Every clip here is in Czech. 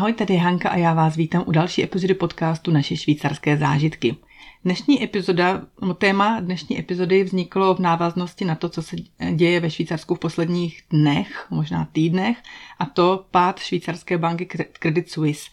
Ahoj, tady je Hanka a já vás vítám u další epizody podcastu Naše švýcarské zážitky. Téma dnešní epizody vzniklo v návaznosti na to, co se děje ve Švýcarsku v posledních dnech, možná týdnech, a to pád švýcarské banky Credit Suisse.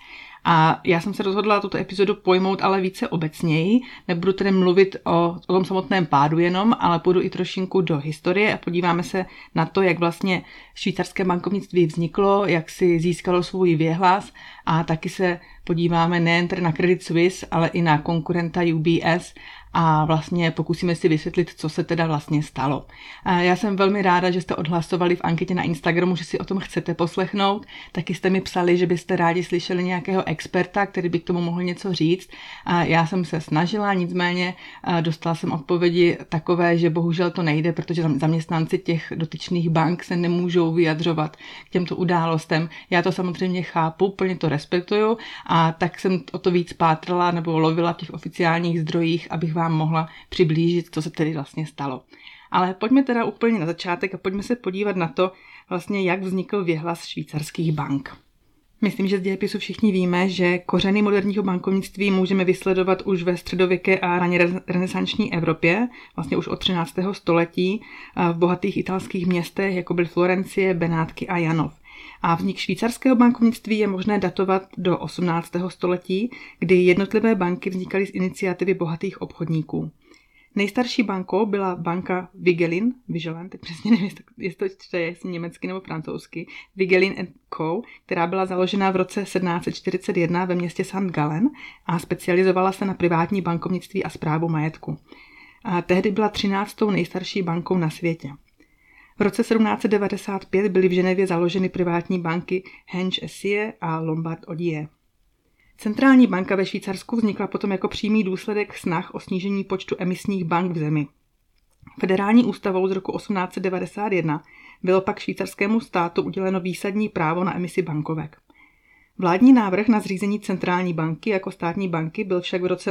A já jsem se rozhodla tuto epizodu pojmout ale více obecněji. Nebudu tedy mluvit o tom samotném pádu jenom, ale půjdu i trošinku do historie a podíváme se na to, jak vlastně švýcarské bankovnictví vzniklo, jak si získalo svůj věhlas a taky se podíváme nejen tedy na Credit Suisse, ale i na konkurenta UBS a vlastně pokusíme si vysvětlit, co se teda vlastně stalo. Já jsem velmi ráda, že jste odhlasovali v anketě na Instagramu, že si o tom chcete poslechnout. Taky jste mi psali, že byste rádi slyšeli nějakého experta, který by k tomu mohl něco říct. Já jsem se snažila, nicméně dostala jsem odpovědi takové, že bohužel to nejde, protože zaměstnanci těch dotyčných bank se nemůžou vyjadřovat k těmto událostem. Já to samozřejmě chápu, plně to respektuju a tak jsem o to víc pátrala nebo lovila v těch oficiálních zdrojích, abych vám mohla přiblížit, co se tedy vlastně stalo. Ale pojďme teda úplně na začátek a pojďme se podívat na to, vlastně jak vznikl věhlas švýcarských bank. Myslím, že z dějepisu všichni víme, že kořeny moderního bankovnictví můžeme vysledovat už ve středověké a raně renesanční Evropě, vlastně už od 13. století v bohatých italských městech, jako byl Florencie, Benátky a Janov. A vznik švýcarského bankovnictví je možné datovat do 18. století, kdy jednotlivé banky vznikaly z iniciativy bohatých obchodníků. Nejstarší bankou byla banka Vigelin, teď přesně nevím, jestli to čte německy nebo francouzsky, Vigelin & Co., která byla založena v roce 1741 ve městě St. Gallen a specializovala se na privátní bankovnictví a správu majetku. A tehdy byla 13. nejstarší bankou na světě. V roce 1795 byly v Ženevě založeny privátní banky Henge Cie a Lombard Odier. Centrální banka ve Švýcarsku vznikla potom jako přímý důsledek snah o snížení počtu emisních bank v zemi. Federální ústavou z roku 1891 bylo pak švýcarskému státu uděleno výsadní právo na emisi bankovek. Vládní návrh na zřízení centrální banky jako státní banky byl však v roce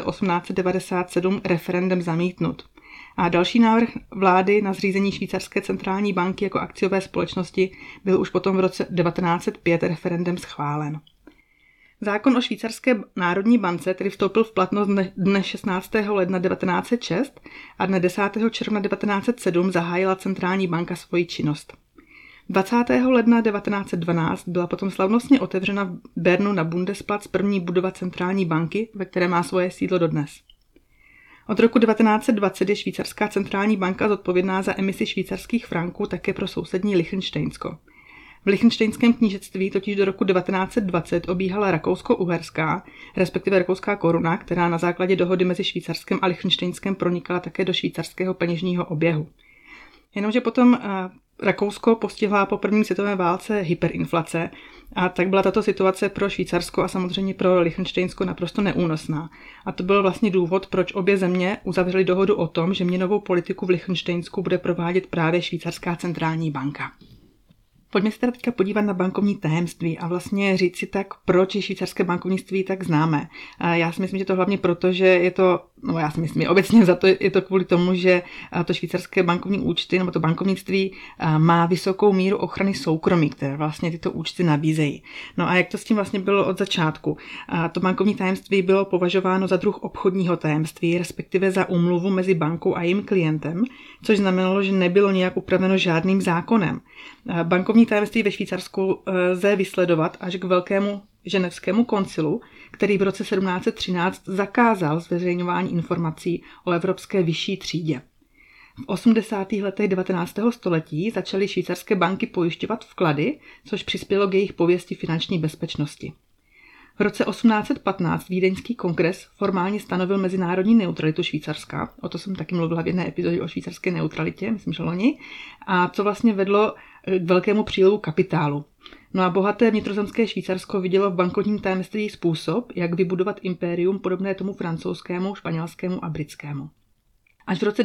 1897 referendem zamítnut. A další návrh vlády na zřízení švýcarské centrální banky jako akciové společnosti byl už potom v roce 1905 referendem schválen. Zákon o švýcarské národní bance tedy vstoupil v platnost dne 16. ledna 1906 a dne 10. června 1907 zahájila centrální banka svoji činnost. 20. ledna 1912 byla potom slavnostně otevřena v Bernu na Bundesplatz první budova centrální banky, ve které má svoje sídlo dodnes. Od roku 1920 je švýcarská centrální banka zodpovědná za emisi švýcarských franků také pro sousední Lichtenštejnsko. V Lichtenštejnském knížectví totiž do roku 1920 obíhala rakousko-uherská, respektive rakouská koruna, která na základě dohody mezi Švýcarskem a Lichtenštejnskem pronikala také do švýcarského peněžního oběhu. Jenomže potom Rakousko postihla po první světové válce hyperinflace a tak byla tato situace pro Švýcarsko a samozřejmě pro Lichtenštejnsko naprosto neúnosná. A to byl vlastně důvod, proč obě země uzavřely dohodu o tom, že měnovou politiku v Lichtenštejnsku bude provádět právě švýcarská centrální banka. Pojďme se teda teďka podívat na bankovní tajemství a vlastně říct si tak, proč je švýcarské bankovnictví tak známé. Já si myslím, že to hlavně proto, že je to, obecně za to je to kvůli tomu, že to švýcarské bankovní účty nebo to bankovnictví má vysokou míru ochrany soukromí, které vlastně tyto účty nabízejí. No a jak to s tím vlastně bylo od začátku? To bankovní tajemství bylo považováno za druh obchodního tajemství, respektive za úmluvu mezi bankou a jejím klientem, což znamenalo, že nebylo nijak upraveno žádným zákonem. Bankovní tajemství ve Švýcarsku lze vysledovat až k velkému ženevskému koncilu, který v roce 1713 zakázal zveřejňování informací o evropské vyšší třídě. V 80. letech 19. století začaly švýcarské banky pojišťovat vklady, což přispělo k jejich pověsti finanční bezpečnosti. V roce 1815 Vídeňský kongres formálně stanovil mezinárodní neutralitu Švýcarska, o to jsem taky mluvila v jedné epizodě o švýcarské neutralitě, myslím, že loni, a co vlastně vedlo k velkému přílivu kapitálu. No a bohaté vnitrozemské Švýcarsko vidělo v bankovním tajemství způsob, jak vybudovat impérium podobné tomu francouzskému, španělskému a britskému. Až v roce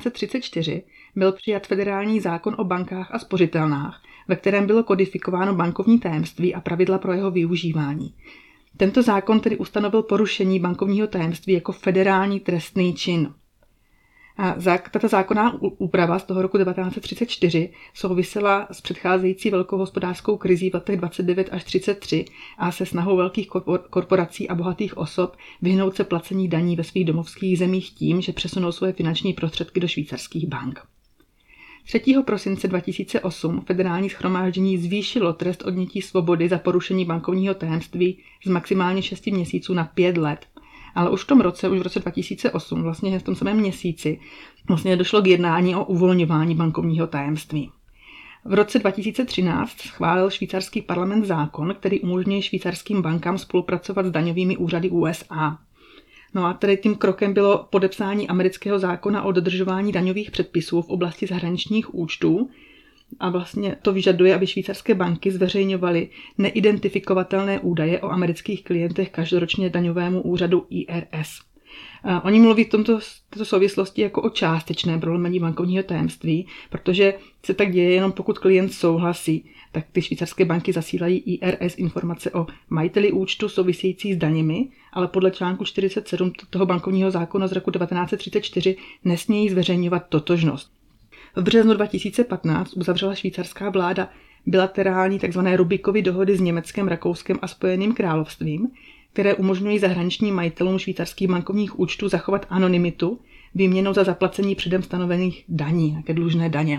1934 byl přijat federální zákon o bankách a spořitelnách, ve kterém bylo kodifikováno bankovní tajemství a pravidla pro jeho využívání. Tento zákon tedy ustanovil porušení bankovního tajemství jako federální trestný čin. A tato zákonná úprava z toho roku 1934 souvisela s předcházející velkou hospodářskou krizí v letech 29 až 33 a se snahou velkých korporací a bohatých osob vyhnout se placení daní ve svých domovských zemích tím, že přesunou svoje finanční prostředky do švýcarských bank. 3. prosince 2008 federální shromáždění zvýšilo trest odnětí svobody za porušení bankovního tajemství z maximálně 6 měsíců na 5 let. Ale už v roce 2008, vlastně v tom samém měsíci, vlastně došlo k jednání o uvolňování bankovního tajemství. V roce 2013 schválil švýcarský parlament zákon, který umožňuje švýcarským bankám spolupracovat s daňovými úřady USA. No a tedy tím krokem bylo podepsání amerického zákona o dodržování daňových předpisů v oblasti zahraničních účtů a vlastně to vyžaduje, aby švýcarské banky zveřejňovaly neidentifikovatelné údaje o amerických klientech každoročně daňovému úřadu IRS. Oni mluví v této souvislosti jako o částečném prolomení bankovního tajemství, protože se tak děje jenom pokud klient souhlasí, tak ty švýcarské banky zasílají IRS informace o majiteli účtu související s daněmi, ale podle článku 47 toho bankovního zákona z roku 1934 nesmějí zveřejňovat totožnost. V březnu 2015 uzavřela švýcarská vláda bilaterální tzv. Rubikovy dohody s Německem, Rakouskem a Spojeným královstvím, které umožňují zahraničním majitelům švýcarských bankovních účtů zachovat anonymitu výměnou za zaplacení předem stanovených daní, nějaké dlužné daně.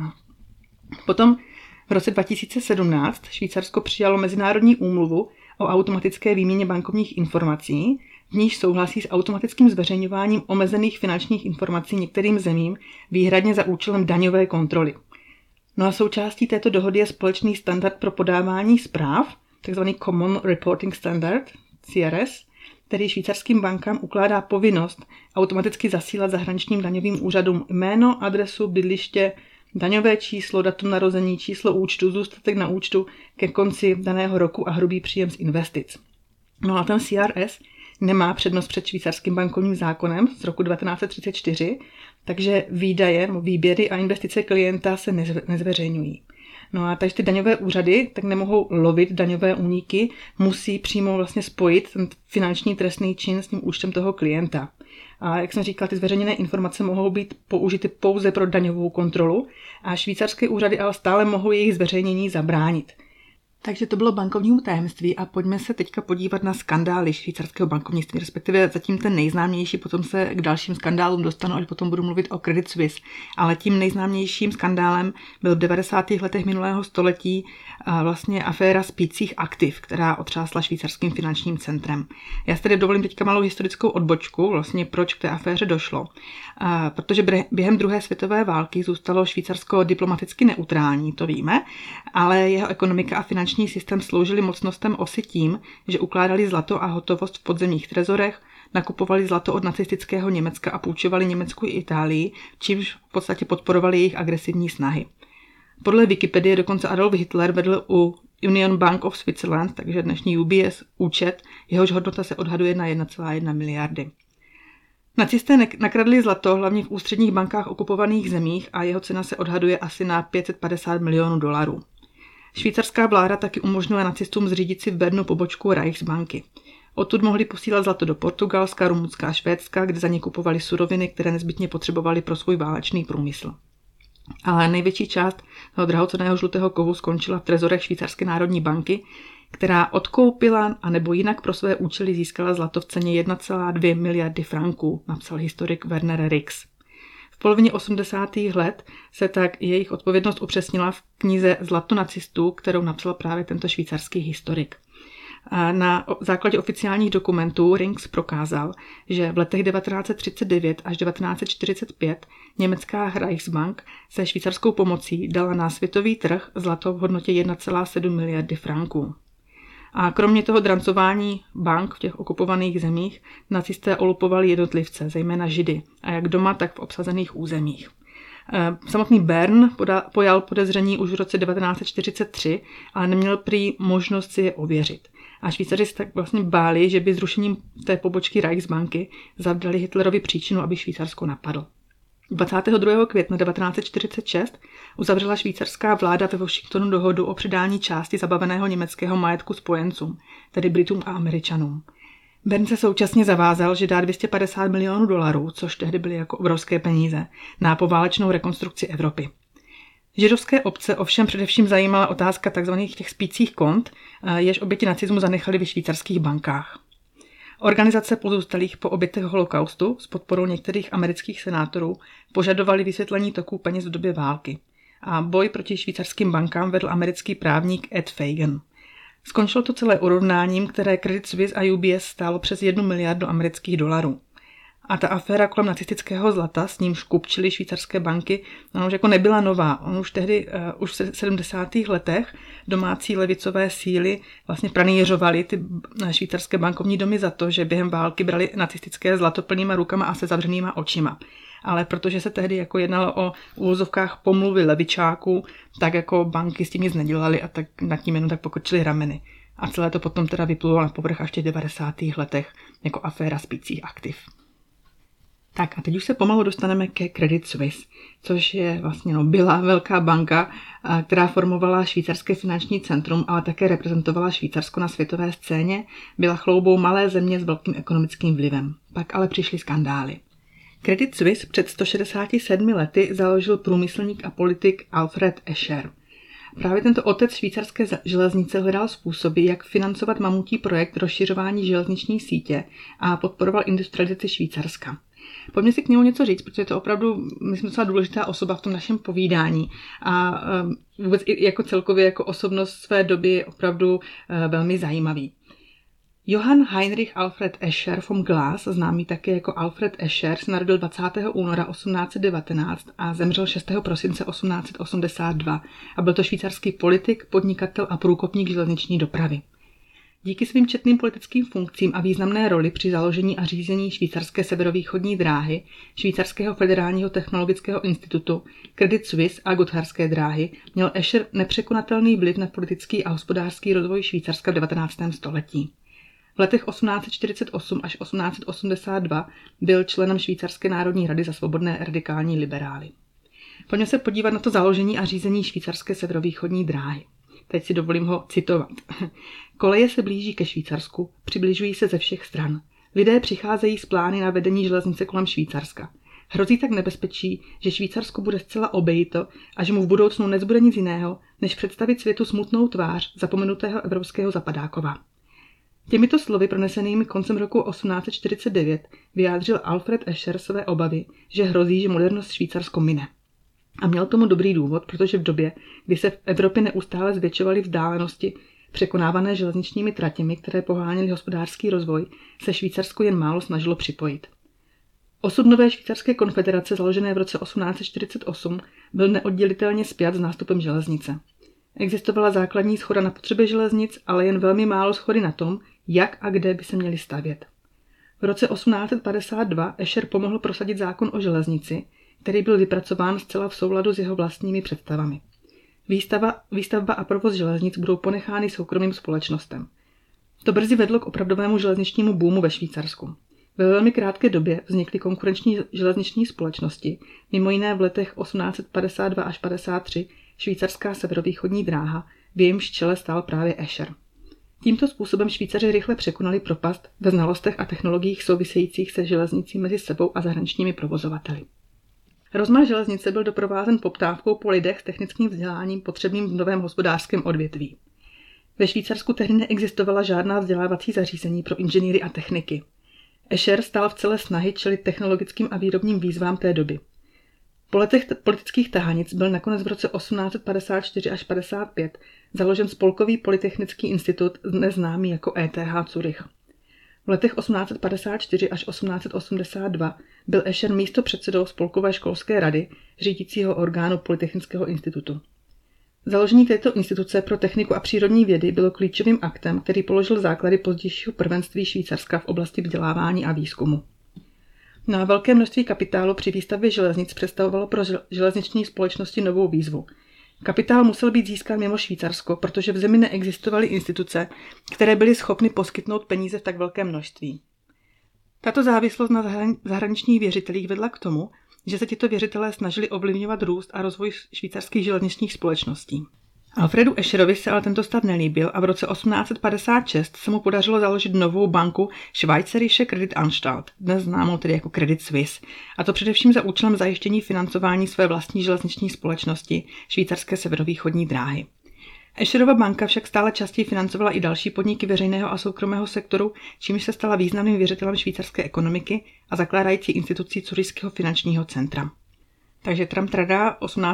Potom v roce 2017 Švýcarsko přijalo mezinárodní úmluvu o automatické výměně bankovních informací, v níž souhlasí s automatickým zveřejňováním omezených finančních informací některým zemím výhradně za účelem daňové kontroly. No a součástí této dohody je společný standard pro podávání zpráv, takzvaný Common Reporting Standard, CRS, který švýcarským bankám ukládá povinnost automaticky zasílat zahraničním daňovým úřadům jméno, adresu, bydliště, daňové číslo, datum narození, číslo účtu, zůstatek na účtu ke konci daného roku a hrubý příjem z investic. No a ten CRS nemá přednost před švýcarským bankovním zákonem z roku 1934, takže výdaje, výběry a investice klienta se nezveřejňují. No a takže ty daňové úřady tak nemohou lovit daňové úniky, musí přímo vlastně spojit ten finanční trestný čin s tím účtem toho klienta. A jak jsem říkala, ty zveřejněné informace mohou být použity pouze pro daňovou kontrolu a švýcarské úřady ale stále mohou jejich zveřejnění zabránit. Takže to bylo bankovnímu tajemství a pojďme se teďka podívat na skandály švýcarského bankovnictví, respektive zatím ten nejznámější, potom se k dalším skandálům dostanu, až potom budu mluvit o Credit Suisse. Ale tím nejznámějším skandálem byl v 90. letech minulého století vlastně aféra spících aktiv, která otřásla švýcarským finančním centrem. Já si tedy dovolím teďka malou historickou odbočku, vlastně proč k té aféře došlo. Protože během druhé světové války zůstalo Švýcarsko diplomaticky neutrální, to víme, ale jeho ekonomika a finanční systém sloužili mocnostem osy tím, že ukládali zlato a hotovost v podzemních trezorech, nakupovali zlato od nacistického Německa a půjčovali Německu i Itálii, čímž v podstatě podporovali jejich agresivní snahy. Podle Wikipedie dokonce Adolf Hitler vedl u Union Bank of Switzerland, takže dnešní UBS, účet, jehož hodnota se odhaduje na 1,1 miliardy. Nacisté nakradli zlato hlavně v ústředních bankách okupovaných zemích a jeho cena se odhaduje asi na 550 milionů dolarů. Švýcarská vláda taky umožnila nacistům zřídit si v Bernu pobočku Reichsbanky. Odtud mohli posílat zlato do Portugalska, Rumunska a Švédska, kde za ně kupovali suroviny, které nezbytně potřebovali pro svůj válečný průmysl. Ale největší část toho drahocenného žlutého kovu skončila v trezorech Švýcarské národní banky, která odkoupila anebo jinak pro své účely získala zlato v ceně 1,2 miliardy franků, napsal historik Werner Rix. V polovině 80. let se tak jejich odpovědnost upřesnila v knize Zlato nacistů, kterou napsal právě tento švýcarský historik. Na základě oficiálních dokumentů Rix prokázal, že v letech 1939 až 1945 německá Reichsbank se švýcarskou pomocí dala na světový trh zlato v hodnotě 1,7 miliardy franků. A kromě toho drancování bank v těch okupovaných zemích nacisté olupovali jednotlivce, zejména Židy, a jak doma, tak v obsazených územích. Samotný Bern pojal podezření už v roce 1943, ale neměl prý možnost si je ověřit. A Švýcaři se tak vlastně báli, že by zrušením té pobočky Reichsbanky zavdali Hitlerovi příčinu, aby Švýcarsko napadl. 22. května 1946 uzavřela švýcarská vláda ve Washingtonu dohodu o předání části zabaveného německého majetku spojencům, tedy Britům a Američanům. Bern se současně zavázal, že dá $250 milionů, což tehdy byly jako obrovské peníze, na poválečnou rekonstrukci Evropy. Židovské obce ovšem především zajímala otázka tzv. Těch spících kont, jež oběti nacismu zanechali ve švýcarských bankách. Organizace pozůstalých po obětech holokaustu s podporou některých amerických senátorů požadovali vysvětlení toků peněz v době války. A boj proti švýcarským bankám vedl americký právník Ed Fagan. Skončilo to celé urovnáním, které Credit Suisse a UBS stálo přes $1 miliardu. A ta aféra kolem nacistického zlata, s nímž kupčily švýcarské banky, ona už jako nebyla nová. On už tehdy, už v 70. letech domácí levicové síly vlastně pranířovaly ty švýcarské bankovní domy za to, že během války brali nacistické zlato plnýma rukama a se zavřenýma očima. Ale protože se tehdy jako jednalo o úvozovkách pomluvy levičáků, tak jako banky s tím nic nedělaly a tak nad tím jenom tak pokrčily rameny. A celé to potom teda vyplulo na povrch až v těch 90. letech jako aféra spících aktiv. Tak a teď už se pomalu dostaneme ke Credit Suisse, což je vlastně byla velká banka, která formovala švýcarské finanční centrum, ale také reprezentovala Švýcarsko na světové scéně, byla chloubou malé země s velkým ekonomickým vlivem. Pak ale přišly skandály. Credit Suisse před 167 lety založil průmyslník a politik Alfred Escher. Právě tento otec švýcarské železnice hledal způsoby, jak financovat mamutí projekt rozšiřování železniční sítě a podporoval industrializaci Švýcarska. Pojďme si k němu něco říct, protože je to opravdu, myslím, docela důležitá osoba v tom našem povídání a vůbec i jako celkově jako osobnost své doby je opravdu velmi zajímavý. Johann Heinrich Alfred Escher vom Glas, známý také jako Alfred Escher, se narodil 20. února 1819 a zemřel 6. prosince 1882 a byl to švýcarský politik, podnikatel a průkopník železniční dopravy. Díky svým četným politickým funkcím a významné roli při založení a řízení švýcarské severovýchodní dráhy, švýcarského federálního technologického institutu, Credit Suisse a Gotthardské dráhy, měl Escher nepřekonatelný vliv na politický a hospodářský rozvoj Švýcarska v 19. století. V letech 1848 až 1882 byl členem Švýcarské národní rady za svobodné radikální liberály. Pojďme se podívat na to založení a řízení švýcarské severovýchodní dráhy. Teď si dovolím ho citovat. Koleje se blíží ke Švýcarsku, přibližují se ze všech stran. Lidé přicházejí s plány na vedení železnice kolem Švýcarska. Hrozí tak nebezpečí, že Švýcarsko bude zcela obejito a že mu v budoucnu nezbude nic jiného, než představit světu smutnou tvář zapomenutého evropského zapadákova. Těmito slovy pronesenými koncem roku 1849 vyjádřil Alfred Escher své obavy, že hrozí, že modernost Švýcarsko mine. A měl tomu dobrý důvod, protože v době, kdy se v Evropě neustále zvětšovaly vzdálenosti překonávané železničními tratěmi, které poháněly hospodářský rozvoj, se Švýcarsko jen málo snažilo připojit. Osud nové švýcarské konfederace, založené v roce 1848, byl neoddělitelně spjat s nástupem železnice. Existovala základní shoda na potřebě železnic, ale jen velmi málo shody na tom, jak a kde by se měly stavět. V roce 1852 Escher pomohl prosadit zákon o železnici, který byl vypracován zcela v souladu s jeho vlastními představami. Výstavba a provoz železnic budou ponechány soukromým společnostem. To brzy vedlo k opravdovému železničnímu boomu ve Švýcarsku. Ve velmi krátké době vznikly konkurenční železniční společnosti, mimo jiné v letech 1852 až 53 švýcarská severovýchodní dráha, v jejímž čele stál právě Escher. Tímto způsobem Švýcaři rychle překonali propast ve znalostech a technologiích souvisejících se železnicí mezi sebou a zahraničními provozovateli. Rozmach železnice byl doprovázen poptávkou po lidech s technickým vzděláním potřebným v novém hospodářském odvětví. Ve Švýcarsku tehdy neexistovala žádná vzdělávací zařízení pro inženýry a techniky. Escher stál v celé snahy čelit technologickým a výrobním výzvám té doby. Po letech politických tahanic byl nakonec v roce 1854 až 55 založen Spolkový polytechnický institut, dnes známý jako ETH Zurich. V letech 1854 až 1882 byl Escher místopředsedou Spolkové školské rady, řídícího orgánu Polytechnického institutu. Založení této instituce pro techniku a přírodní vědy bylo klíčovým aktem, který položil základy pozdějšího prvenství Švýcarska v oblasti vzdělávání a výzkumu. Na velké množství kapitálu při výstavbě železnic představovalo pro železniční společnosti novou výzvu. Kapitál musel být získán mimo Švýcarsko, protože v zemi neexistovaly instituce, které byly schopny poskytnout peníze v tak velkém množství. Tato závislost na zahraničních věřitelích vedla k tomu, že se tito věřitelé snažili ovlivňovat růst a rozvoj švýcarských železničních společností. Alfredu Escherovi se ale tento stav nelíbil a v roce 1856 se mu podařilo založit novou banku Schweizerische Kreditanstalt, dnes známou tedy jako Credit Suisse, a to především za účelem zajištění financování své vlastní železniční společnosti švýcarské severovýchodní dráhy. Escherova banka však stále častěji financovala i další podniky veřejného a soukromého sektoru, čímž se stala významným věřitelem švýcarské ekonomiky a zakládající institucí Curychského finančního centra. Takže tramtrada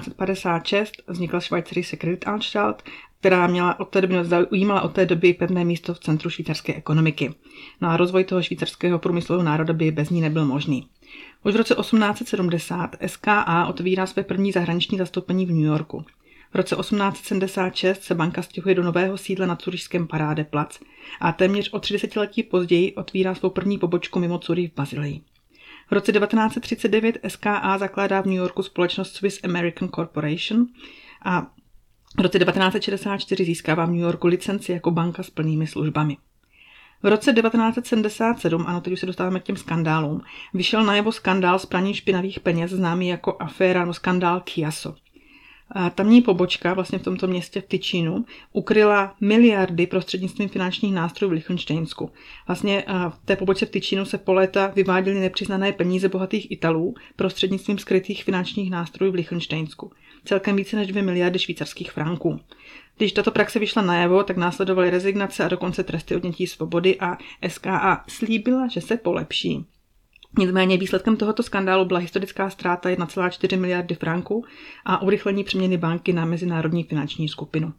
1856 vznikla Schweizerische Kreditanstalt, která ujímala od té doby pevné místo v centru švýcarské ekonomiky. No a rozvoj toho švýcarského průmyslového národa by bez ní nebyl možný. Už v roce 1870 SKA otvírá své první zahraniční zastoupení v New Yorku. V roce 1876 se banka stěhuje do nového sídla na curyšském Parádeplatz a téměř o 30letí později otvírá svou první pobočku mimo Curych v Basileji. V roce 1939 SKA zakládá v New Yorku společnost Swiss American Corporation a v roce 1964 získává v New Yorku licenci jako banka s plnými službami. V roce 1977, ano, teď už se dostáváme k těm skandálům, vyšel najevo skandál s praním špinavých peněz, známý jako aféra nebo skandál Chiasso. Tamní pobočka vlastně v tomto městě v Ticinu ukryla miliardy prostřednictvím finančních nástrojů v Lichtenštejnsku. Vlastně v té pobočce v Ticinu se po léta vyváděly nepřiznané peníze bohatých Italů prostřednictvím skrytých finančních nástrojů v Lichtenštejnsku. Celkem více než 2 miliardy švýcarských franků. Když tato praxe vyšla najevo, tak následovaly rezignace a dokonce tresty odnětí svobody a SKA slíbila, že se polepší. Nicméně výsledkem tohoto skandálu byla historická ztráta 1,4 miliardy franků a urychlení přeměny banky na mezinárodní finanční skupinu.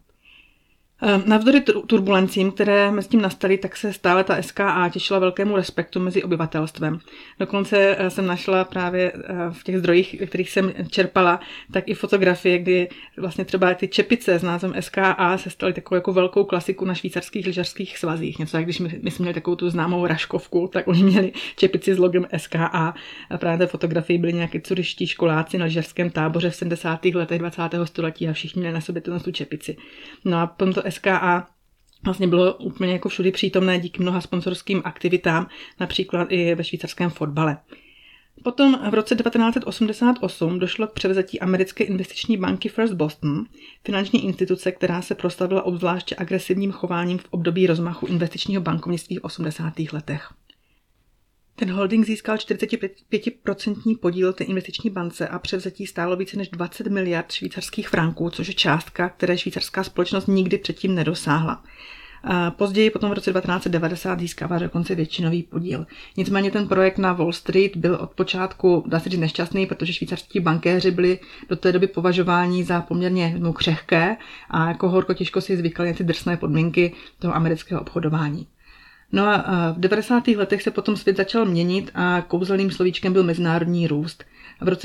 Navzdory turbulencím, které mezi tím nastaly, tak se stále ta SKA těšila velkému respektu mezi obyvatelstvem. Dokonce jsem našla právě v těch zdrojích, kterých jsem čerpala, tak i fotografie, kdy vlastně třeba ty čepice s názvem SKA se staly takovou jako velkou klasiku na švýcarských lyžařských svazích. Něco jak když my jsme měli takovou tu známou raškovku, tak oni měli čepici s logem SKA a právě té fotografii byli nějaký curyští školáci na lyžařském táboře v 70. letech 20. století a všichni měli na sobě tu čepici. No a tomto SKA vlastně bylo úplně jako všudy přítomné díky mnoha sponsorským aktivitám, například i ve švýcarském fotbale. Potom v roce 1988 došlo k převzetí americké investiční banky First Boston, finanční instituce, která se proslavila obzvláště agresivním chováním v období rozmachu investičního bankovnictví v 80. letech. Ten holding získal 45% podíl té investiční bance a převzetí stálo více než 20 miliard švýcarských franků, což je částka, které švýcarská společnost nikdy předtím nedosáhla. Později potom v roce 1990 získává dokonce většinový podíl. Nicméně ten projekt na Wall Street byl od počátku, dá se říct, nešťastný, protože švýcarští bankéři byli do té doby považováni za poměrně křehké a jako horko těžko si zvykali na ty drsné podmínky toho amerického obchodování. No a v 90. letech se potom svět začal měnit a kouzelným slovíčkem byl mezinárodní růst. V roce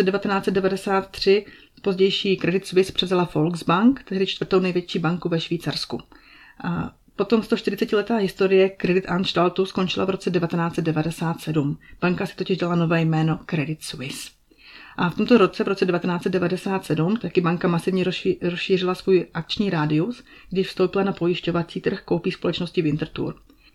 1993 pozdější Credit Suisse převzala Volksbank, tehdy čtvrtou největší banku ve Švýcarsku. A potom 140letá historie Kreditanstalt skončila v roce 1997. Banka si totiž dala nové jméno Credit Suisse. A v tomto roce, v roce 1997, taky banka masivně rozšířila svůj akční rádius, když vstoupila na pojišťovací trh koupí společnosti Winterthur.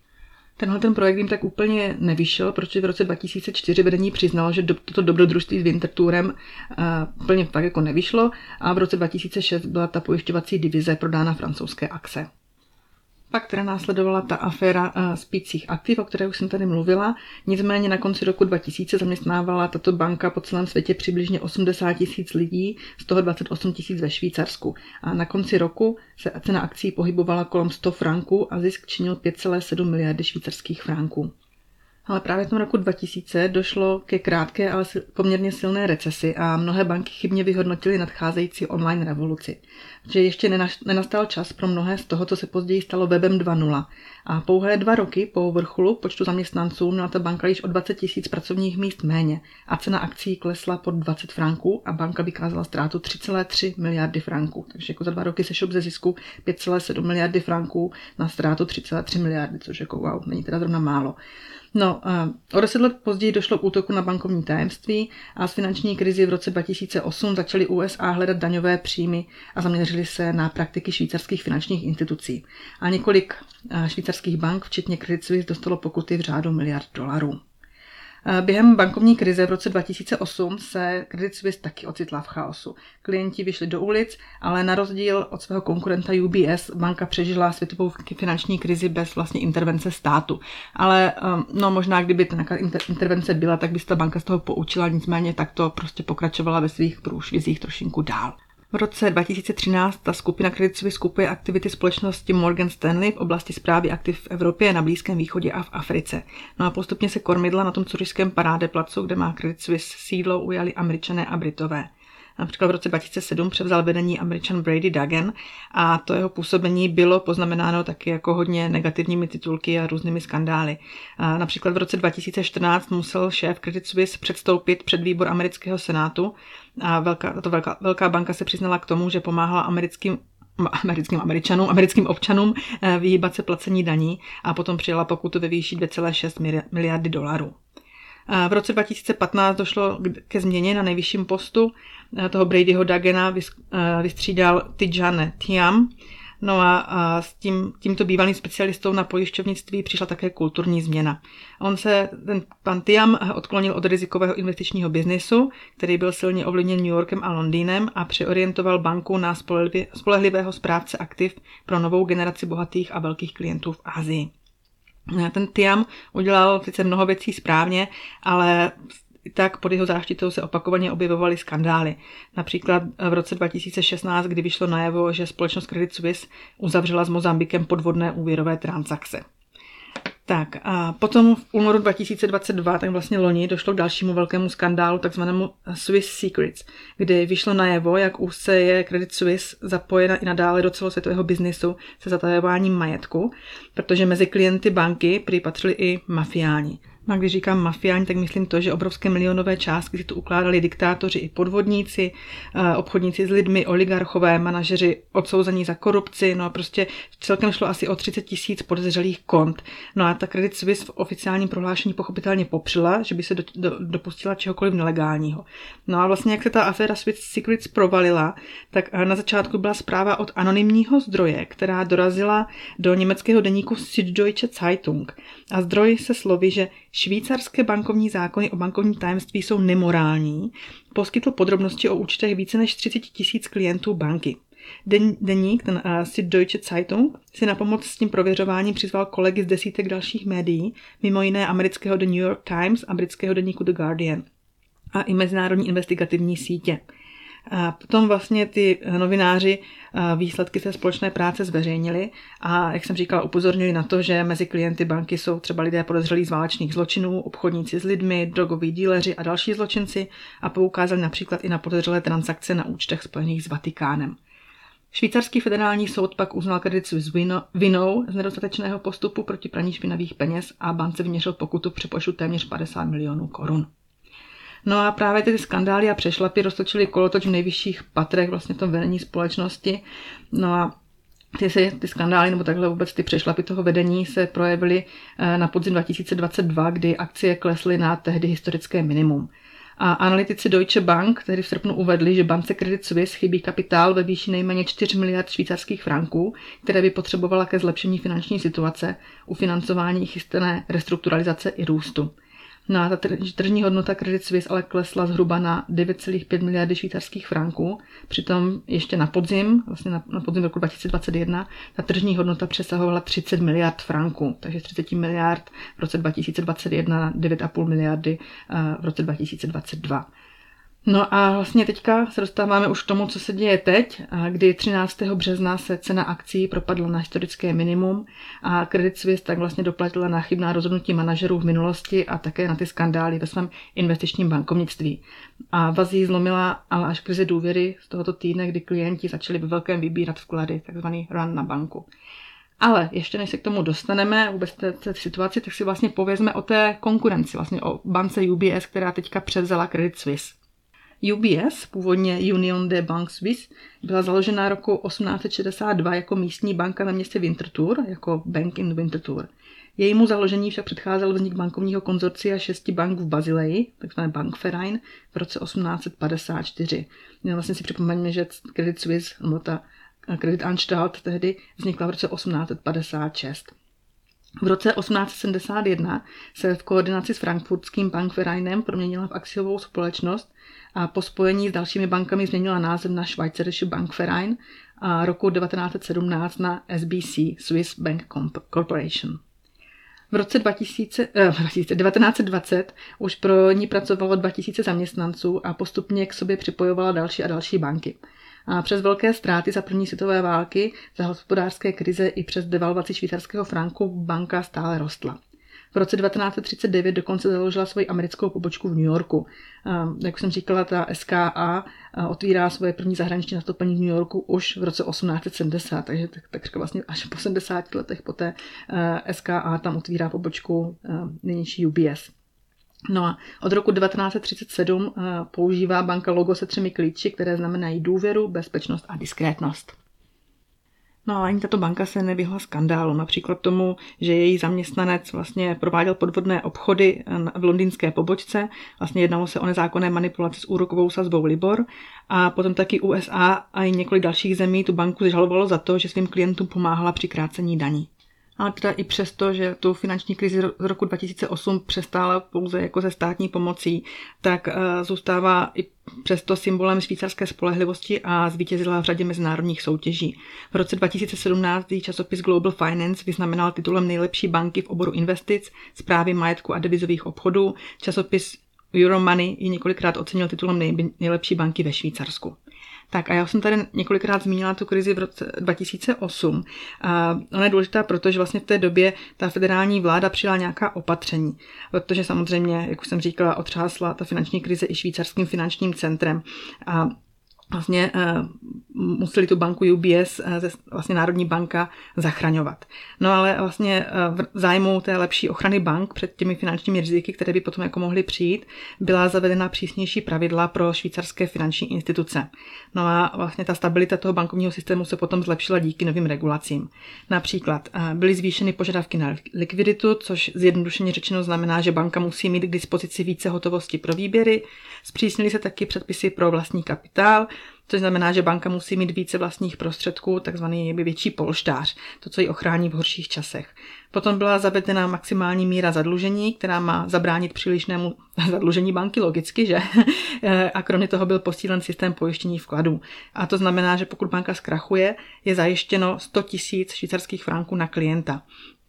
Ten projekt jim tak úplně nevyšel, protože v roce 2004 vedení přiznalo, že toto dobrodružství s Winterthurem úplně tak jako nevyšlo a v roce 2006 byla ta pojišťovací divize prodána francouzské akce. Pak teda následovala ta aféra spících aktiv, o které už jsem tady mluvila. Nicméně na konci roku 2000 zaměstnávala tato banka po celém světě přibližně 80 000 lidí, z toho 28 000 ve Švýcarsku. A na konci roku se cena akcí pohybovala kolem 100 franků a zisk činil 5,7 miliardy švýcarských franků. Ale právě v tom roku 2000 došlo ke krátké, ale poměrně silné recesi a mnohé banky chybně vyhodnotily nadcházející online revoluci. Protože ještě nenastal čas pro mnohé z toho, co se později stalo webem 2.0. A pouhé 2 roky po vrcholu počtu zaměstnanců měla ta banka již o 20 000 pracovních míst méně a cena akcí klesla pod 20 franků a banka vykázala ztrátu 3,3 miliardy franků. Takže jako za 2 roky se šup ze zisku 5,7 miliardy franků na ztrátu 3,3 miliardy, což jako wow, není teda zrovna málo. No, o 10 let později došlo k útoku na bankovní tajemství a z finanční krizi v roce 2008 začaly USA hledat daňové příjmy a zaměřili se na praktiky švýcarských finančních institucí. A několik švýcarských bank, včetně Credit Suisse, dostalo pokuty v řádu $1 miliard. Během bankovní krize v roce 2008 se Credit Suisse taky ocitla v chaosu. Klienti vyšli do ulic, ale na rozdíl od svého konkurenta UBS banka přežila světovou finanční krizi bez vlastně intervence státu. Ale možná kdyby ta intervence byla, tak by se ta banka z toho poučila, nicméně tak to prostě pokračovala ve svých průšvizích trošinku dál. V roce 2013 ta skupina Credit Suisse skupuje aktivity společnosti Morgan Stanley v oblasti správy aktiv v Evropě, na Blízkém východě a v Africe. No a postupně se kormidla na tom curyšském parádeplacu, kde má Credit Suisse sídlo, ujali Američané a Britové. Například v roce 2007 převzal vedení Američan Brady Duggan a to jeho působení bylo poznamenáno taky jako hodně negativními titulky a různými skandály. Například v roce 2014 musel šéf Credit Suisse předstoupit před výbor amerického senátu a velká banka se přiznala k tomu, že pomáhala americkým občanům vyhýbat se placení daní a potom přijala pokutu ve výši 2,6 miliardy dolarů. V roce 2015 došlo ke změně na nejvyšším postu. Toho Bradyho Duggana vystřídal Tidjane Thiam. No a s tímto bývalým specialistou na pojišťovnictví přišla také kulturní změna. Pan Thiam odklonil od rizikového investičního biznisu, který byl silně ovlivněn New Yorkem a Londýnem, a přeorientoval banku na spolehlivého správce aktiv pro novou generaci bohatých a velkých klientů v Asii. Ten Thiam udělal sice mnoho věcí správně, ale tak pod jeho záštitou se opakovaně objevovaly skandály. Například v roce 2016, kdy vyšlo najevo, že společnost Credit Suisse uzavřela s Mozambikem podvodné úvěrové transakce. Tak a potom v únoru 2022, tak vlastně loni, došlo k dalšímu velkému skandálu, takzvanému Swiss Secrets, kdy vyšlo najevo, jak úzce je Credit Suisse zapojena i nadále do celosvětového biznisu se zatajováním majetku, protože mezi klienty banky prý patřili i mafiáni. No a když říkám mafiáni, tak myslím to, že obrovské milionové částky si tu ukládali diktátoři i podvodníci, obchodníci s lidmi, oligarchové, manažeři odsouzení za korupci, no a prostě celkem šlo asi o 30 000 podezřelých kont. No a ta Credit Suisse v oficiálním prohlášení pochopitelně popřela, že by se dopustila čehokoliv nelegálního. No a vlastně jak se ta aféra Swiss Secrets provalila, tak na začátku byla zpráva od anonymního zdroje, která dorazila do německého deníku Süddeutsche Zeitung. A zdroj se sloví, že švýcarské bankovní zákony o bankovním tajemství jsou nemorální, poskytl podrobnosti o účtech více než 30 000 klientů banky. Deník, ten Süddeutsche Zeitung, si na pomoc s tím prověřováním přizval kolegy z desítek dalších médií, mimo jiné amerického The New York Times a britského deníku The Guardian a i mezinárodní investigativní sítě. A potom vlastně ty novináři výsledky té společné práce zveřejnili a, jak jsem říkala, upozornili na to, že mezi klienty banky jsou třeba lidé podezřelí z válečných zločinů, obchodníci s lidmi, drogoví díleři a další zločinci a poukázali například i na podezřelé transakce na účtech spojených s Vatikánem. Švýcarský federální soud pak uznal Credit Suisse vinou z nedostatečného postupu proti praní špinavých peněz a bance vyměřil pokutu v přepočtu téměř 50 milionů korun. No a právě ty skandály a přešlapy roztočily kolotoč v nejvyšších patrech vlastně v tom vedení společnosti. No a ty skandály nebo takhle vůbec ty přešlapy toho vedení se projevily na podzim 2022, kdy akcie klesly na tehdy historické minimum. A analytici Deutsche Bank tehdy v srpnu uvedli, že bance Credit Suisse chybí kapitál ve výši nejméně 4 miliard švýcarských franků, které by potřebovala ke zlepšení finanční situace, ufinancování chystané restrukturalizace i růstu. No a ta tržní hodnota Credit Suisse ale klesla zhruba na 9,5 miliardy švýcarských franků. Přitom ještě na podzim, vlastně na podzim roku 2021, ta tržní hodnota přesahovala 30 miliard franků. Takže z 30 miliard v roce 2021 na 9,5 miliardy v roce 2022. No a vlastně teďka se dostáváme už k tomu, co se děje teď, kdy 13. března se cena akcií propadla na historické minimum a Credit Suisse tak vlastně doplatila na chybná rozhodnutí manažerů v minulosti a také na ty skandály ve svém investičním bankovnictví. A vazí zlomila ale až krize důvěry z tohoto týdne, kdy klienti začali ve velkém vybírat vklady, takzvaný run na banku. Ale ještě než se k tomu dostaneme, vůbec té situaci, tak si vlastně povězme o té konkurenci, vlastně o bance UBS, která teďka převzala Credit Suisse. UBS, původně Union des Banques Suisses, byla založena roku 1862 jako místní banka ve městě Winterthur, jako Bank in Winterthur. Jejímu založení však předcházel vznik bankovního konzorcia 6 bank v Basileji, takzvané Bankverein, v roce 1854. Vlastně si připomeňme, že Credit Suisse, nebo ta Kreditanstalt tehdy vznikla v roce 1856. V roce 1871 se v koordinaci s frankfurtským Bankvereinem proměnila v akciovou společnost a po spojení s dalšími bankami změnila název na Schweizerische Bankverein a roku 1917 na SBC, Swiss Bank Corporation. V roce 1920 už pro ní pracovalo 2000 zaměstnanců a postupně k sobě připojovala další a další banky. A přes velké ztráty za první světové války, za hospodářské krize i přes devalvaci švýcarského franku banka stále rostla. V roce 1939 dokonce založila svoji americkou pobočku v New Yorku. Jak jsem říkala, ta SKA otvírá svoje první zahraniční zastoupení v New Yorku už v roce 1870, takže tak vlastně až po 70 letech poté SKA tam otvírá pobočku nynější UBS. No a od roku 1937 používá banka logo se 3 klíči, které znamenají důvěru, bezpečnost a diskrétnost. No a ani tato banka se nevyhla skandálu, například tomu, že její zaměstnanec vlastně prováděl podvodné obchody v londýnské pobočce, vlastně jednalo se o nezákonné manipulace s úrokovou sazbou Libor a potom taky USA a i několik dalších zemí tu banku žalovalo za to, že svým klientům pomáhala při krácení daní. Ale teda i přesto, že tu finanční krizi z roku 2008 přestála pouze jako ze státní pomocí, tak zůstává i přesto symbolem švýcarské spolehlivosti a zvítězila v řadě mezinárodních soutěží. V roce 2017 jí časopis Global Finance vyznamenal titulem nejlepší banky v oboru investic, správy majetku a devizových obchodů. Časopis Euromoney ji několikrát ocenil titulem nejlepší banky ve Švýcarsku. Tak a já jsem tady několikrát zmínila tu krizi v roce 2008. Ona je důležitá, protože vlastně v té době ta federální vláda přijala nějaká opatření, protože samozřejmě, jak už jsem říkala, otřásla ta finanční krize i švýcarským finančním centrem. A vlastně museli tu banku UBS, vlastně Národní banka, zachraňovat. No ale vlastně v zájmu té lepší ochrany bank před těmi finančními riziky, které by potom jako mohly přijít, byla zavedena přísnější pravidla pro švýcarské finanční instituce. No a vlastně ta stabilita toho bankovního systému se potom zlepšila díky novým regulacím. Například byly zvýšeny požadavky na likviditu, což zjednodušeně řečeno znamená, že banka musí mít k dispozici více hotovosti pro výběry. Zpřísnily se taky předpisy pro vlastní kapitál, což znamená, že banka musí mít více vlastních prostředků, takzvaný větší polštář, to, co ji ochrání v horších časech. Potom byla zavedena maximální míra zadlužení, která má zabránit přílišnému zadlužení banky, logicky, že? A kromě toho byl posílen systém pojištění vkladů. A to znamená, že pokud banka zkrachuje, je zajištěno 100 000 švýcarských franků na klienta.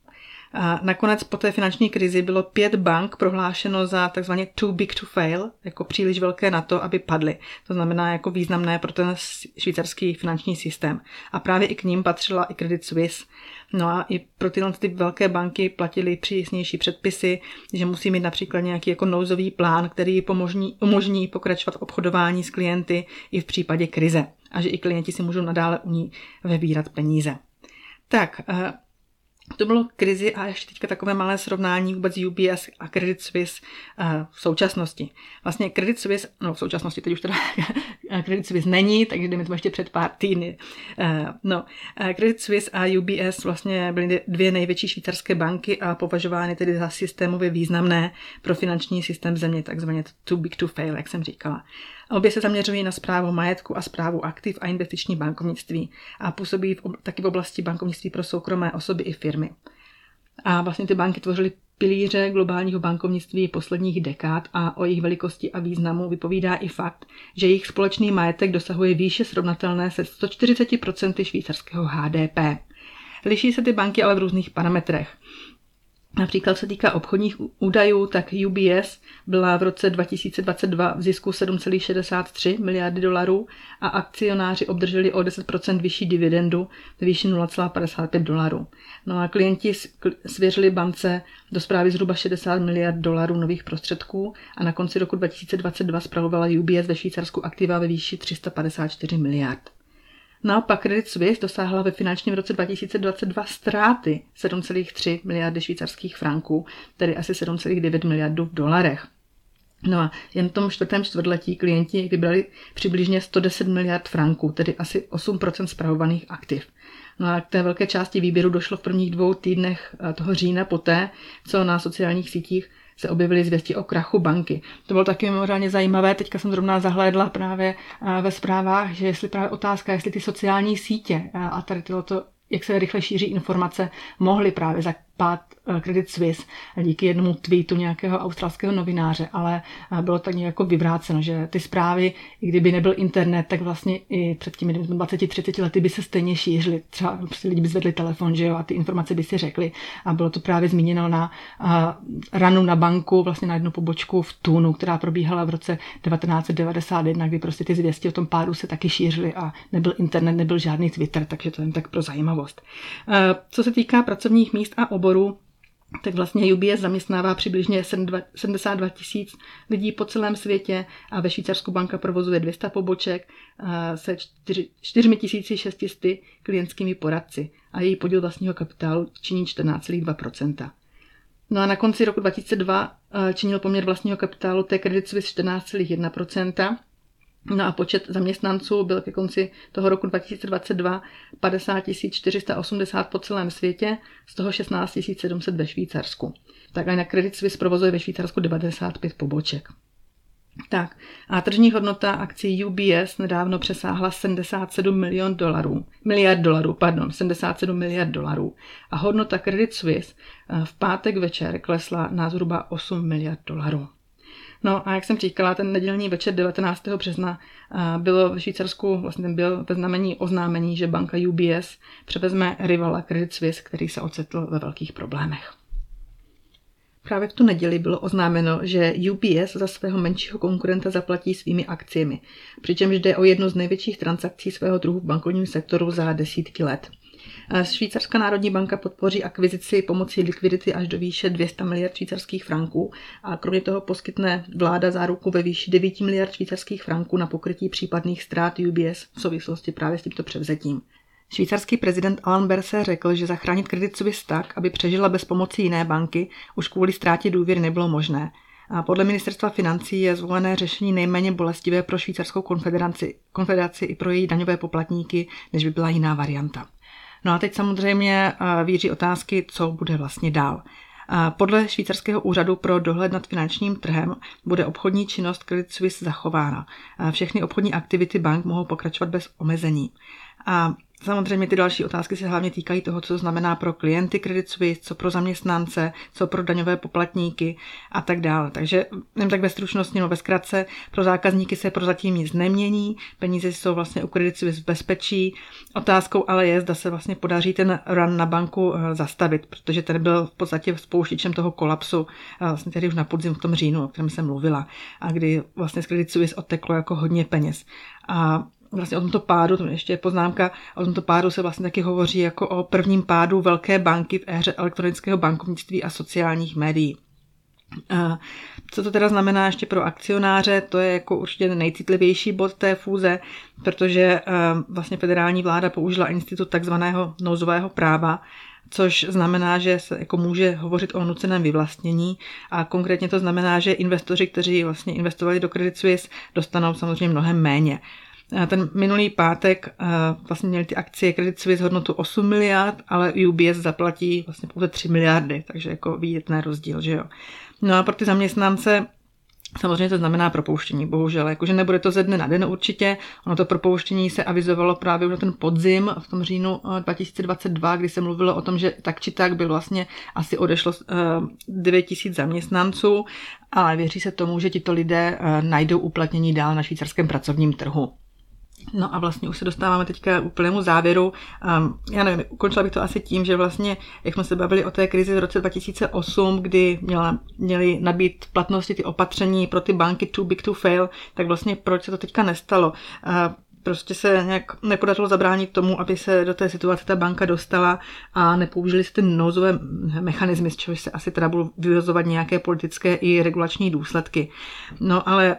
A nakonec po té finanční krizi bylo 5 bank prohlášeno za takzvaně too big to fail, jako příliš velké na to, aby padly. To znamená jako významné pro ten švýcarský finanční systém. A právě i k ním patřila i Credit Suisse. No a i pro tyhle ty velké banky platily přísnější předpisy, že musí mít například nějaký jako nouzový plán, který umožní pokračovat v obchodování s klienty i v případě krize. A že i klienti si můžou nadále u ní vybírat peníze. Tak, to bylo krizi a ještě teďka takové malé srovnání vůbec UBS a Credit Suisse v současnosti. Vlastně Credit Suisse, v současnosti teď už teda Credit Suisse není, takže jdeme to ještě před pár týdny. Credit Suisse a UBS vlastně byly 2 největší švýcarské banky a považovány tedy za systémově významné pro finanční systém země, takzvaně too big to fail, jak jsem říkala. Obě se zaměřují na správu majetku a správu aktiv a investiční bankovnictví a působí taky v oblasti bankovnictví pro soukromé osoby i firmy. A vlastně ty banky tvořily pilíře globálního bankovnictví posledních dekád a o jejich velikosti a významu vypovídá i fakt, že jejich společný majetek dosahuje výše srovnatelné se 140% švýcarského HDP. Liší se ty banky ale v různých parametrech. Například se týká obchodních údajů, tak UBS byla v roce 2022 v zisku 7,63 miliardy dolarů a akcionáři obdrželi o 10% vyšší dividendu ve výši 0,55 dolarů. No a klienti svěřili bance do správy zhruba 60 miliard dolarů nových prostředků a na konci roku 2022 spravovala UBS ve Švýcarsku aktiva ve výši 354 miliard. Naopak Credit Suisse dosáhla ve finančním roce 2022 ztráty 7,3 miliardy švýcarských franků, tedy asi 7,9 miliardů v dolarech. No a jen v tom 4. čtvrtletí klienti vybrali přibližně 110 miliard franků, tedy asi 8% spravovaných aktiv. No a k té velké části výběru došlo v prvních 2 týdnech toho října poté, co na sociálních sítích se objevily zvěsti o krachu banky. To bylo taky mimořádně zajímavé, teďka jsem zrovna zahlédla právě ve zprávách, že jestli právě otázka, jestli ty sociální sítě a tady to, jak se rychle šíří informace, mohly právě pád Credit Suisse díky jednomu tweetu nějakého australského novináře, ale bylo tak nějak jako vyvráceno, že ty zprávy, i kdyby nebyl internet, tak vlastně i před těmi 20-30 lety by se stejně šířily. Třeba prostě lidi by zvedli telefon, že jo, a ty informace by si řekli. A bylo to právě zmíněno na ranu na banku, vlastně na jednu pobočku v Tunu, která probíhala v roce 1991, kdy prostě ty zvěsti o tom pádu se taky šířily a nebyl internet, nebyl žádný Twitter, takže to jen tak pro zajímavost. Co se týká pracovních míst a oborů, tak vlastně UBS zaměstnává přibližně 72 000 lidí po celém světě a ve Švýcarsku banka provozuje 200 poboček se 4 600 klientskými poradci a její podíl vlastního kapitálu činí 14,2%. No a na konci roku 2002 činil poměr vlastního kapitálu té Credit Suisse 14,1%. No a počet zaměstnanců byl ke konci toho roku 2022 50 480 po celém světě, z toho 16 700 ve Švýcarsku. Tak a na Credit Suisse provozuje ve Švýcarsku 95 poboček. Tak a tržní hodnota akcí UBS nedávno přesáhla 77 miliard dolarů a hodnota Credit Suisse v pátek večer klesla na zhruba 8 miliard dolarů. No a jak jsem říkala, ten nedělní večer 19. března bylo ve Švýcarsku, vlastně byl ve znamení oznámení, že banka UBS převezme rivala Credit Suisse, který se ocitl ve velkých problémech. Právě v tu neděli bylo oznámeno, že UBS za svého menšího konkurenta zaplatí svými akciemi, přičemž jde o jednu z největších transakcí svého druhu v bankovním sektoru za desítky let. Švýcarská národní banka podpoří akvizici pomocí likvidity až do výše 200 miliard švýcarských franků a kromě toho poskytne vláda záruku ve výši 9 miliard švýcarských franků na pokrytí případných ztrát UBS v souvislosti právě s tímto převzetím. Švýcarský prezident Alain Berset řekl, že zachránit Credit Suisse tak, aby přežila bez pomoci jiné banky, už kvůli ztrátě důvěry nebylo možné. A podle ministerstva financí je zvolené řešení nejméně bolestivé pro švýcarskou konfederaci i pro její daňové poplatníky, než by byla jiná varianta. No a teď samozřejmě víří otázky, co bude vlastně dál. Podle švýcarského úřadu pro dohled nad finančním trhem bude obchodní činnost Credit Suisse zachována. Všechny obchodní aktivity bank mohou pokračovat bez omezení. A samozřejmě ty další otázky se hlavně týkají toho, co znamená pro klienty Credit Suisse, co pro zaměstnance, co pro daňové poplatníky a tak dále. Takže jen tak ve stručnosti, ve zkratce, pro zákazníky se prozatím nic nemění, peníze jsou vlastně u Credit Suisse v bezpečí. Otázkou ale je, zda se vlastně podaří ten run na banku zastavit, protože ten byl v podstatě spouštěčem toho kolapsu, vlastně tedy už na podzim v tom říjnu, o kterém jsem mluvila, a kdy vlastně z Credit Suisse odteklo jako hodně peněz. A vlastně o tomto pádu, to ještě je poznámka, o tomto pádu se vlastně taky hovoří jako o prvním pádu velké banky v éře elektronického bankovnictví a sociálních médií. Co to teda znamená ještě pro akcionáře, to je jako určitě nejcitlivější bod té fúze, protože vlastně federální vláda použila institut takzvaného nouzového práva, což znamená, že se jako může hovořit o nuceném vyvlastnění a konkrétně to znamená, že investoři, kteří vlastně investovali do Credit Suisse, dostanou samozřejmě mnohem méně. Ten minulý pátek vlastně měly ty akcie Credit Suisse hodnotu 8 miliard, ale UBS zaplatí vlastně pouze 3 miliardy, takže jako vidíte rozdíl, že jo. No a pro ty zaměstnance samozřejmě to znamená propouštění, bohužel, jakože nebude to ze dne na den určitě, ono to propouštění se avizovalo právě na ten podzim v tom říjnu 2022, kdy se mluvilo o tom, že tak či tak by vlastně asi odešlo 9 000 zaměstnanců, ale věří se tomu, že tito lidé najdou uplatnění dál na švýcarském pracovním trhu. No a vlastně už se dostáváme teďka k úplnému závěru. Já nevím, ukončila bych to asi tím, že vlastně, jak jsme se bavili o té krizi v roce 2008, kdy měly nabít platnosti ty opatření pro ty banky too big to fail, tak vlastně proč se to teďka nestalo? Prostě se nějak nepodařilo zabránit tomu, aby se do té situace ta banka dostala a nepoužili se ty nouzové mechanismy, z čehož se asi teda budou vyvozovat nějaké politické i regulační důsledky. No ale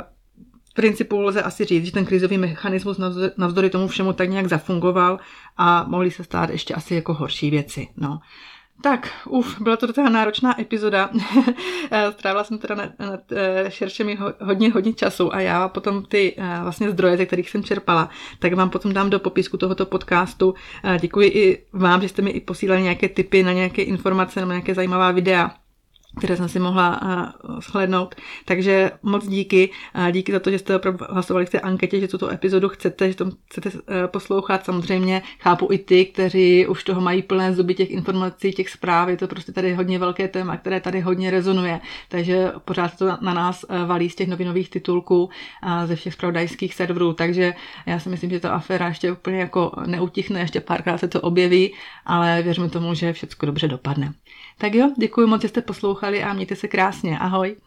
v principu lze asi říct, že ten krizový mechanismus navzdory tomu všemu tak nějak zafungoval a mohly se stát ještě asi jako horší věci. No. Tak, byla to docela náročná epizoda. Strávila jsem teda nad šeršemi hodně času a já potom ty vlastně zdroje, ze kterých jsem čerpala, tak vám potom dám do popisku tohoto podcastu. Děkuji i vám, že jste mi i posílali nějaké tipy na nějaké informace nebo nějaké zajímavá videa. které jsem si mohla shlédnout. Takže moc díky. Díky za to, že jste opravdu hlasovali v té anketě, že tuto epizodu chcete, že to chcete poslouchat. Samozřejmě chápu i ty, kteří už toho mají plné zuby těch informací, těch zpráv. Je to prostě tady hodně velké téma, které tady hodně rezonuje. Takže pořád se to na nás valí z těch novinových titulků a ze všech zpravodajských serverů. Takže já si myslím, že ta aféra ještě úplně jako neutichne, ještě párkrát se to objeví, ale věřím tomu, že všechno dobře dopadne. Tak jo, děkuji moc, že jste poslouchali a mějte se krásně. Ahoj.